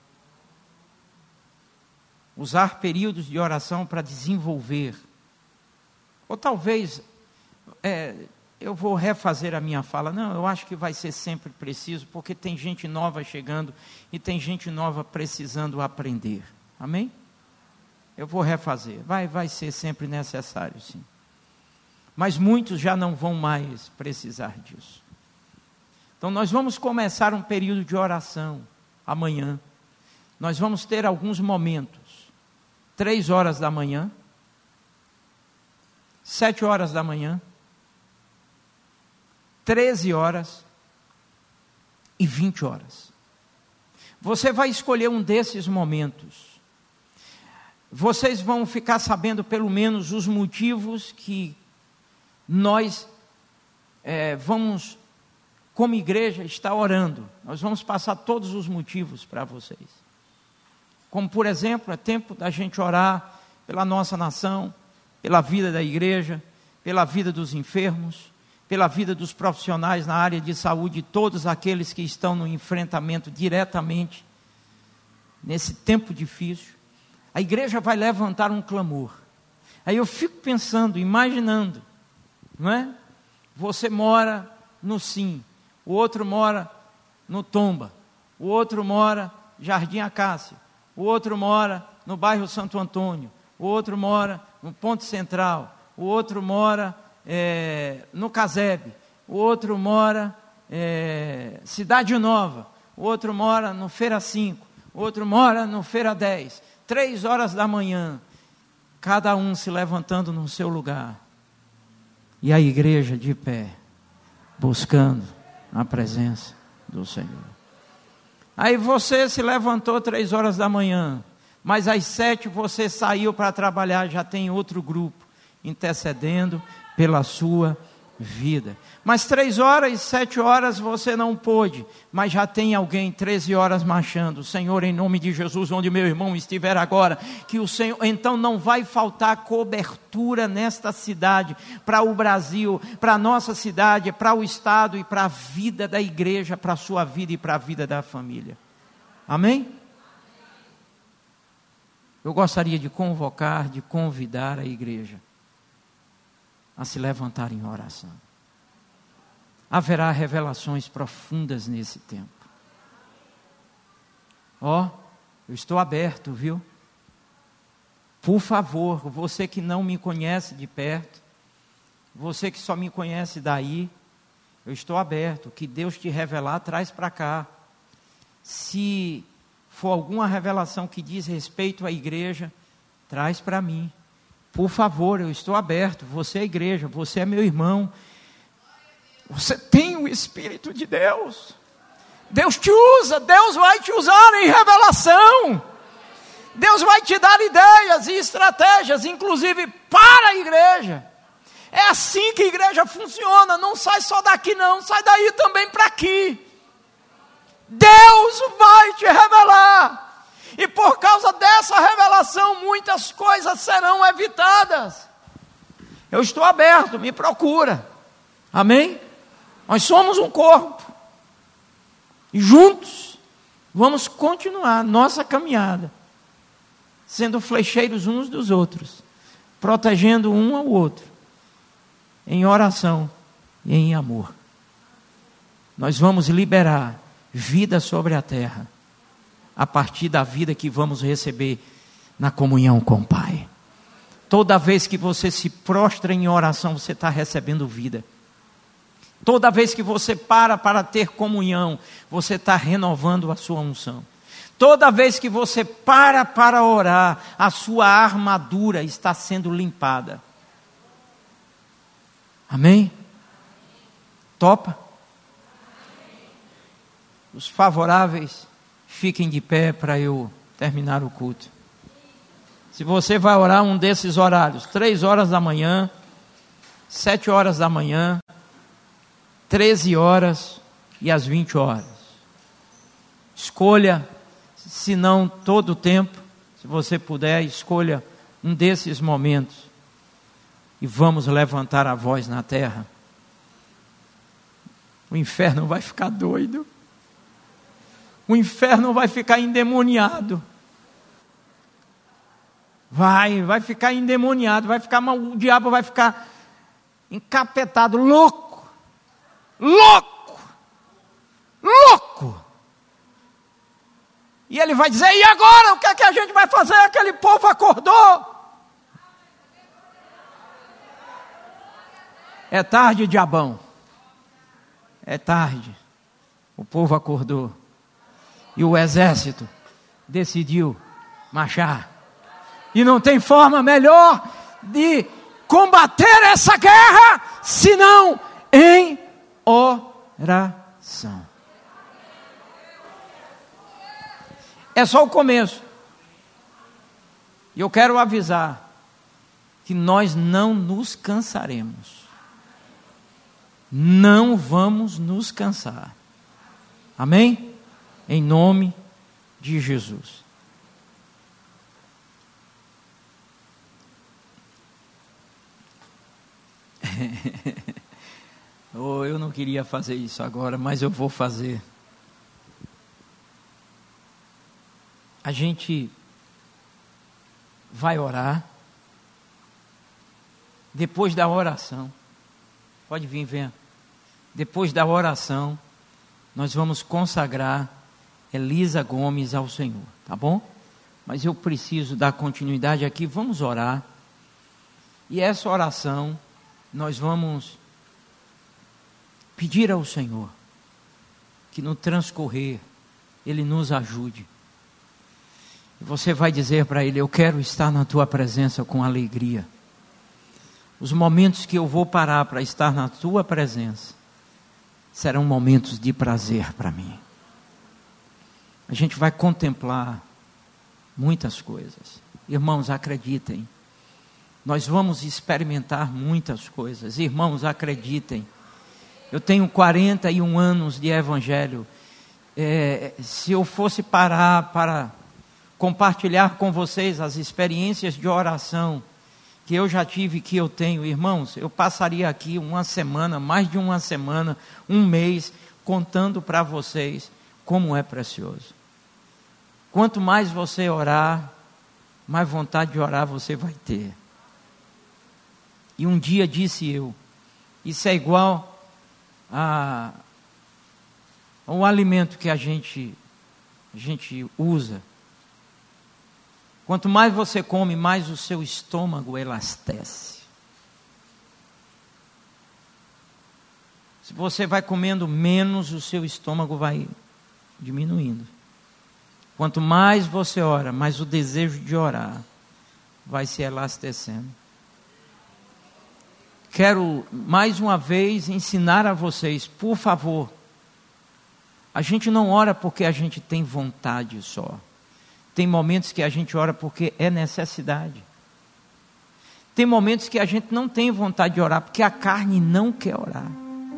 Usar períodos de oração para desenvolver. Ou talvez, é, eu vou refazer a minha fala. Não, eu acho que vai ser sempre preciso, porque tem gente nova chegando e tem gente nova precisando aprender. Amém? Eu vou refazer. Vai, vai ser sempre necessário, sim. Mas muitos já não vão mais precisar disso. Então nós vamos começar um período de oração amanhã. Nós vamos ter alguns momentos. Três horas da manhã, sete horas da manhã, treze horas e vinte horas. Você vai escolher um desses momentos. Vocês vão ficar sabendo pelo menos os motivos que nós é, vamos, como igreja, estar orando. Nós vamos passar todos os motivos para vocês. Como, por exemplo, é tempo da gente orar pela nossa nação, pela vida da igreja, pela vida dos enfermos, pela vida dos profissionais na área de saúde, todos aqueles que estão no enfrentamento diretamente, nesse tempo difícil. A igreja vai levantar um clamor. Aí eu fico pensando, imaginando, não é? Você mora no Sim, o outro mora no Tomba, o outro mora Jardim Acácio, o outro mora no bairro Santo Antônio, o outro mora no Ponto Central, o outro mora é, no Casebe, o outro mora é, Cidade Nova, o outro mora no Feira cinco, o outro mora no Feira dez, três horas da manhã, cada um se levantando no seu lugar, e a igreja de pé, buscando a presença do Senhor. Aí você se levantou três horas da manhã, mas às sete você saiu para trabalhar, já tem outro grupo intercedendo pela sua vida. Mas três horas e sete horas você não pôde, mas já tem alguém treze horas marchando. Senhor, em nome de Jesus, onde meu irmão estiver agora, que o Senhor, então não vai faltar cobertura nesta cidade, para o Brasil, para a nossa cidade, para o estado e para a vida da igreja, para a sua vida e para a vida da família. Amém? Eu gostaria de convocar, de convidar a igreja a se levantar em oração. Haverá revelações profundas nesse tempo. Ó, oh, eu estou aberto, viu? Por favor, você que não me conhece de perto, você que só me conhece daí, eu estou aberto. O que Deus te revelar, traz para cá. Se for alguma revelação que diz respeito à igreja, traz para mim. Por favor, eu estou aberto. Você é igreja, você é meu irmão. Você tem o Espírito de Deus. Deus te usa, Deus vai te usar em revelação. Deus vai te dar ideias e estratégias, inclusive para a igreja. É assim que a igreja funciona. Não sai só daqui não, sai daí também para aqui. Deus vai te revelar. E por causa dessa revelação, muitas coisas serão evitadas. Eu estou aberto, me procura. Amém? Nós somos um corpo. E juntos, vamos continuar nossa caminhada, sendo flecheiros uns dos outros, protegendo um ao outro, em oração e em amor. Nós vamos liberar vida sobre a terra, a partir da vida que vamos receber na comunhão com o Pai. Toda vez que você se prostra em oração, você está recebendo vida. Toda vez que você para para ter comunhão, você está renovando a sua unção. Toda vez que você para para orar, a sua armadura está sendo limpada. Amém? Topa? Os favoráveis, fiquem de pé para eu terminar o culto. Se você vai orar um desses horários, três horas da manhã, sete horas da manhã, treze horas e às vinte horas. Escolha, se não todo o tempo, se você puder, escolha um desses momentos. E vamos levantar a voz na terra. O inferno vai ficar doido. O inferno vai ficar endemoniado. Vai, vai ficar endemoniado, vai ficar, o diabo vai ficar encapetado, louco, louco, louco. E ele vai dizer, e agora, o que é que a gente vai fazer? Aquele povo acordou. É tarde, diabão. É tarde. O povo acordou. E o exército decidiu marchar. E não tem forma melhor de combater essa guerra, senão em oração. É só o começo. E eu quero avisar que nós não nos cansaremos. Não vamos nos cansar. Amém? Em nome de Jesus. Oh, eu não queria fazer isso agora, mas eu vou fazer. A gente vai orar. Depois da oração, pode vir, venha. Depois da oração, nós vamos consagrar Elisa Gomes ao Senhor, tá bom? Mas eu preciso dar continuidade aqui, vamos orar. E essa oração, nós vamos pedir ao Senhor que no transcorrer Ele nos ajude. E você vai dizer para Ele: eu quero estar na Tua presença com alegria. Os momentos que eu vou parar para estar na Tua presença serão momentos de prazer para mim. A gente vai contemplar muitas coisas. Irmãos, acreditem, nós vamos experimentar muitas coisas. Irmãos, acreditem, eu tenho quarenta e um anos de evangelho. É, se eu fosse parar para compartilhar com vocês as experiências de oração que eu já tive, que eu tenho, irmãos, eu passaria aqui uma semana, mais de uma semana, um mês, contando para vocês como é precioso. Quanto mais você orar, mais vontade de orar você vai ter. E um dia disse eu, isso é igual a, ao alimento que a gente, a gente usa. Quanto mais você come, mais o seu estômago elastece. Se você vai comendo menos, o seu estômago vai diminuindo. Quanto mais você ora, mais o desejo de orar vai se elastecendo. Quero mais uma vez ensinar a vocês, por favor, a gente não ora porque a gente tem vontade só. Tem momentos que a gente ora porque é necessidade. Tem momentos que a gente não tem vontade de orar porque a carne não quer orar.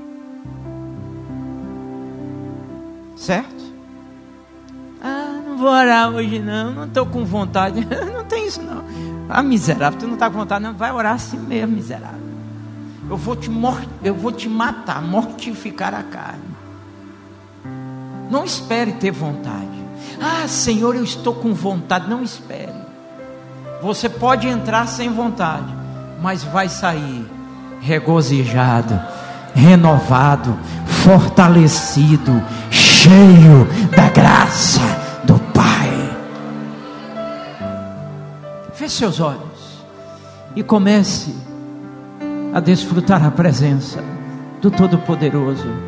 Certo? Ah, não vou orar hoje não, não estou com vontade. Não tem isso não. Ah, miserável, tu não está com vontade não, vai orar assim mesmo, miserável. Eu vou te, mor- eu vou te matar, mortificar a carne. Não espere ter vontade. Ah, Senhor, eu estou com vontade. Não espere. Você pode entrar sem vontade, mas vai sair regozijado, renovado, fortalecido, cheio da graça do Pai. Feche seus olhos e comece a desfrutar a presença do Todo-Poderoso.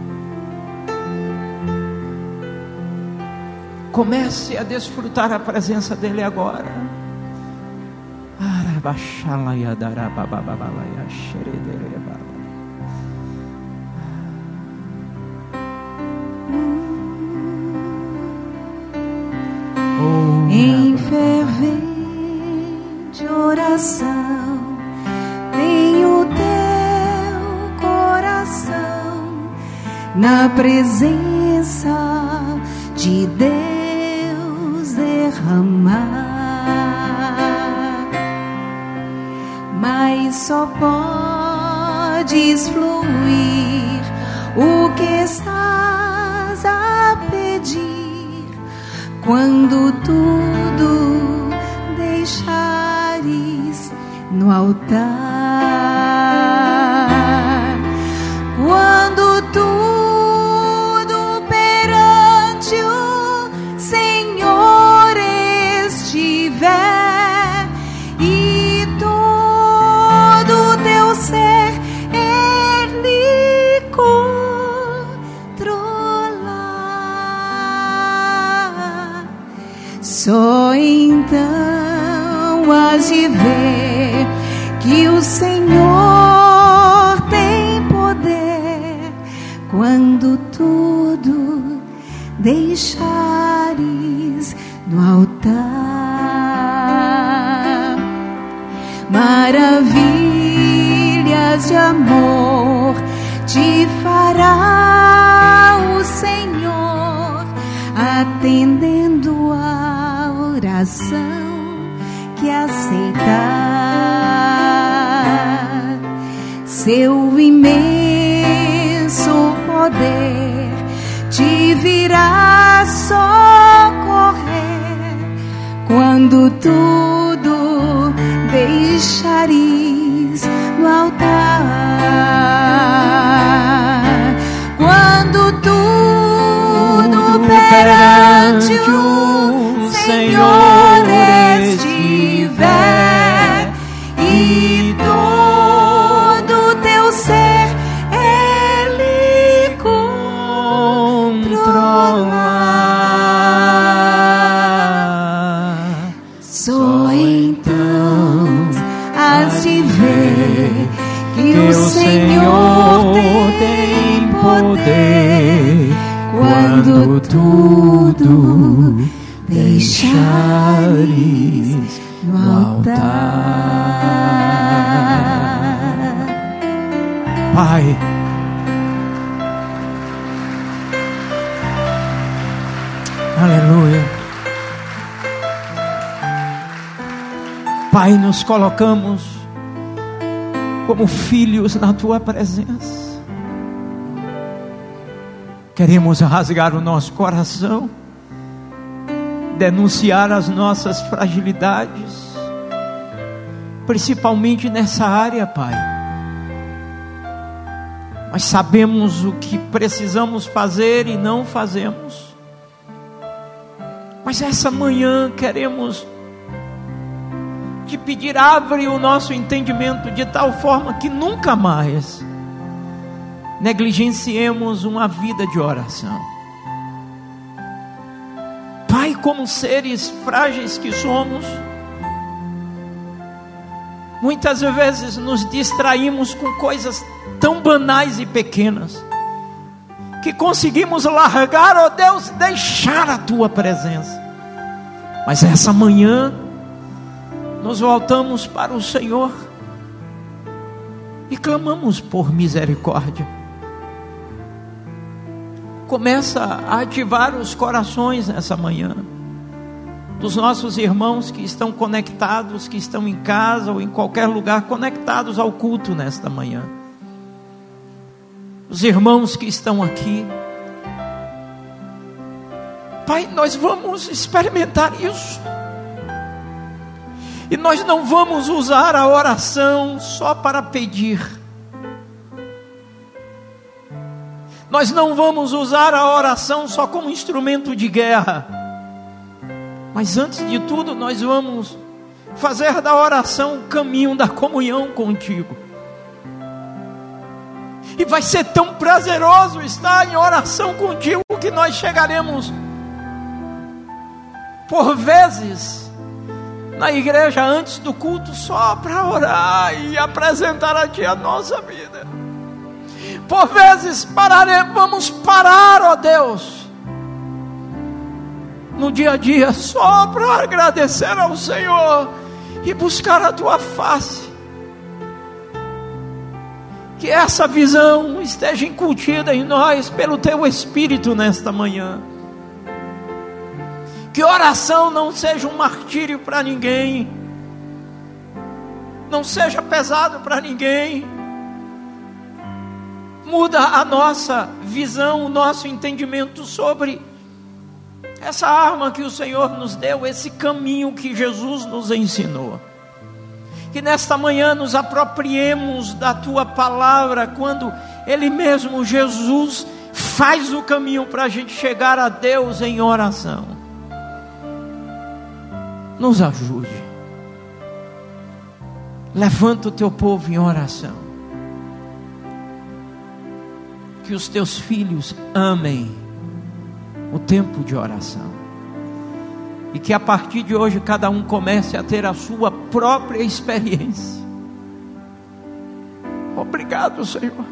Comece a desfrutar a presença dele agora. Em fervente oração, em o teu coração, na presença de Deus derramar, mas só podes fluir o que estás a pedir quando tudo deixares no altar, quando tudo e todo teu ser Ele controlar, só então has de ver que o Senhor tem poder quando tudo deixares no altar. Maravilhas de amor te fará o Senhor, atendendo a oração que aceitar. Seu imenso poder te virá socorrer quando tudo deixares no altar, quando tudo perante o Senhor estiver e todo teu ser Ele controlar, poder quando tudo deixares no altar. Pai, aleluia. Pai, nos colocamos como filhos na Tua presença. Queremos rasgar o nosso coração, denunciar as nossas fragilidades, principalmente nessa área, Pai. Mas sabemos o que precisamos fazer e não fazemos. Mas essa manhã queremos te pedir, abre o nosso entendimento de tal forma que nunca mais negligenciemos uma vida de oração. Pai, como seres frágeis que somos, muitas vezes nos distraímos com coisas tão banais e pequenas, que conseguimos largar, ó Deus, deixar a Tua presença. Mas essa manhã, nós voltamos para o Senhor e clamamos por misericórdia. Começa a ativar os corações nessa manhã dos nossos irmãos que estão conectados, que estão em casa ou em qualquer lugar, conectados ao culto nesta manhã. Os irmãos que estão aqui. Pai, nós vamos experimentar isso. E nós não vamos usar a oração só para pedir. Nós não vamos usar a oração só como instrumento de guerra. Mas antes de tudo, nós vamos fazer da oração o caminho da comunhão contigo. E vai ser tão prazeroso estar em oração contigo que nós chegaremos, por vezes, na igreja antes do culto só para orar e apresentar a Ti a nossa vida. Por vezes pararemos, vamos parar, ó Deus, no dia a dia só para agradecer ao Senhor e buscar a Tua face. Que essa visão esteja incutida em nós pelo Teu Espírito nesta manhã. Que oração não seja um martírio para ninguém, não seja pesado para ninguém. Muda a nossa visão, o nosso entendimento sobre essa arma que o Senhor nos deu, esse caminho que Jesus nos ensinou. Que nesta manhã nos apropriemos da Tua palavra, quando Ele mesmo, Jesus, faz o caminho para a gente chegar a Deus em oração. Nos ajude. Levanta o Teu povo em oração. Que os Teus filhos amem o tempo de oração. E que a partir de hoje cada um comece a ter a sua própria experiência. Obrigado, Senhor.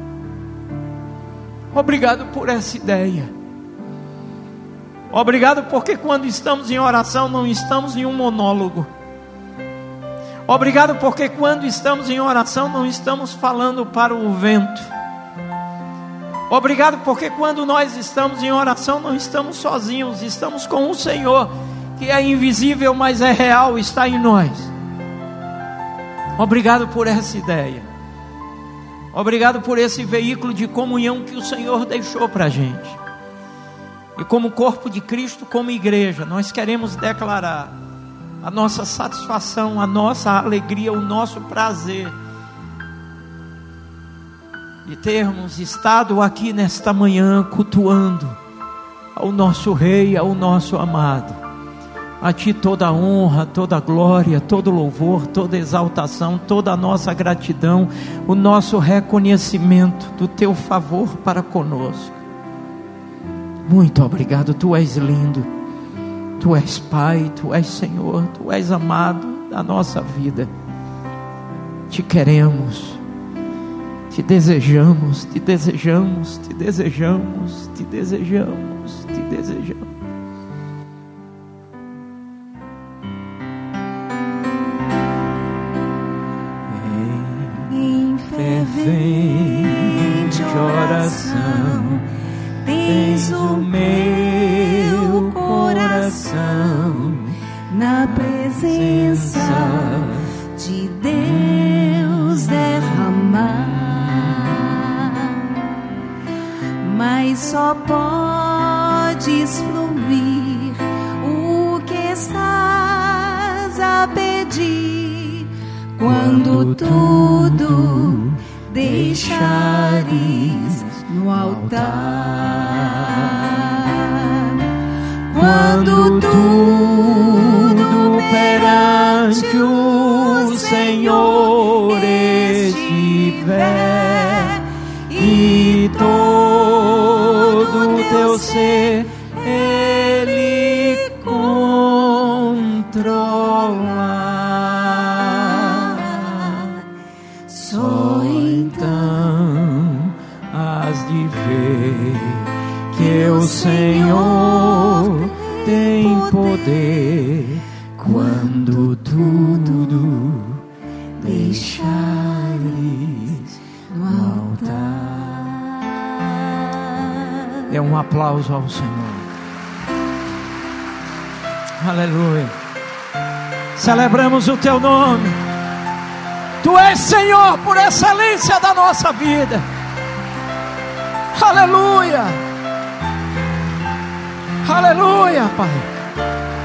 Obrigado por essa ideia. Obrigado porque quando estamos em oração não estamos em um monólogo. Obrigado porque quando estamos em oração não estamos falando para o vento. Obrigado porque quando nós estamos em oração não estamos sozinhos, estamos com o Senhor, que é invisível, mas é real, está em nós. Obrigado por essa ideia. Obrigado por esse veículo de comunhão que o Senhor deixou para a gente. E como corpo de Cristo, como igreja, nós queremos declarar a nossa satisfação, a nossa alegria, o nosso prazer de termos estado aqui nesta manhã cultuando ao nosso Rei, ao nosso amado. A Ti toda a honra, toda a glória, todo louvor, toda exaltação, toda a nossa gratidão, o nosso reconhecimento do Teu favor para conosco. Muito obrigado, Tu és lindo, Tu és Pai, Tu és Senhor, Tu és amado da nossa vida. Te queremos, Te desejamos, te desejamos, te desejamos, te desejamos, te desejamos. Em fervente oração tens o meu coração na presença de Deus derramar. Mas só podes fluir o que estás a pedir quando tudo deixares no altar. Quando tudo perante o Senhor estiver e todo o teu ser Ele controlar, só então has de ver que o Senhor tem poder quando tudo deixares no altar. Dê um aplauso ao Senhor. Aleluia. Celebramos o teu nome. Tu és Senhor por excelência da nossa vida. Aleluia. Aleluia, Pai.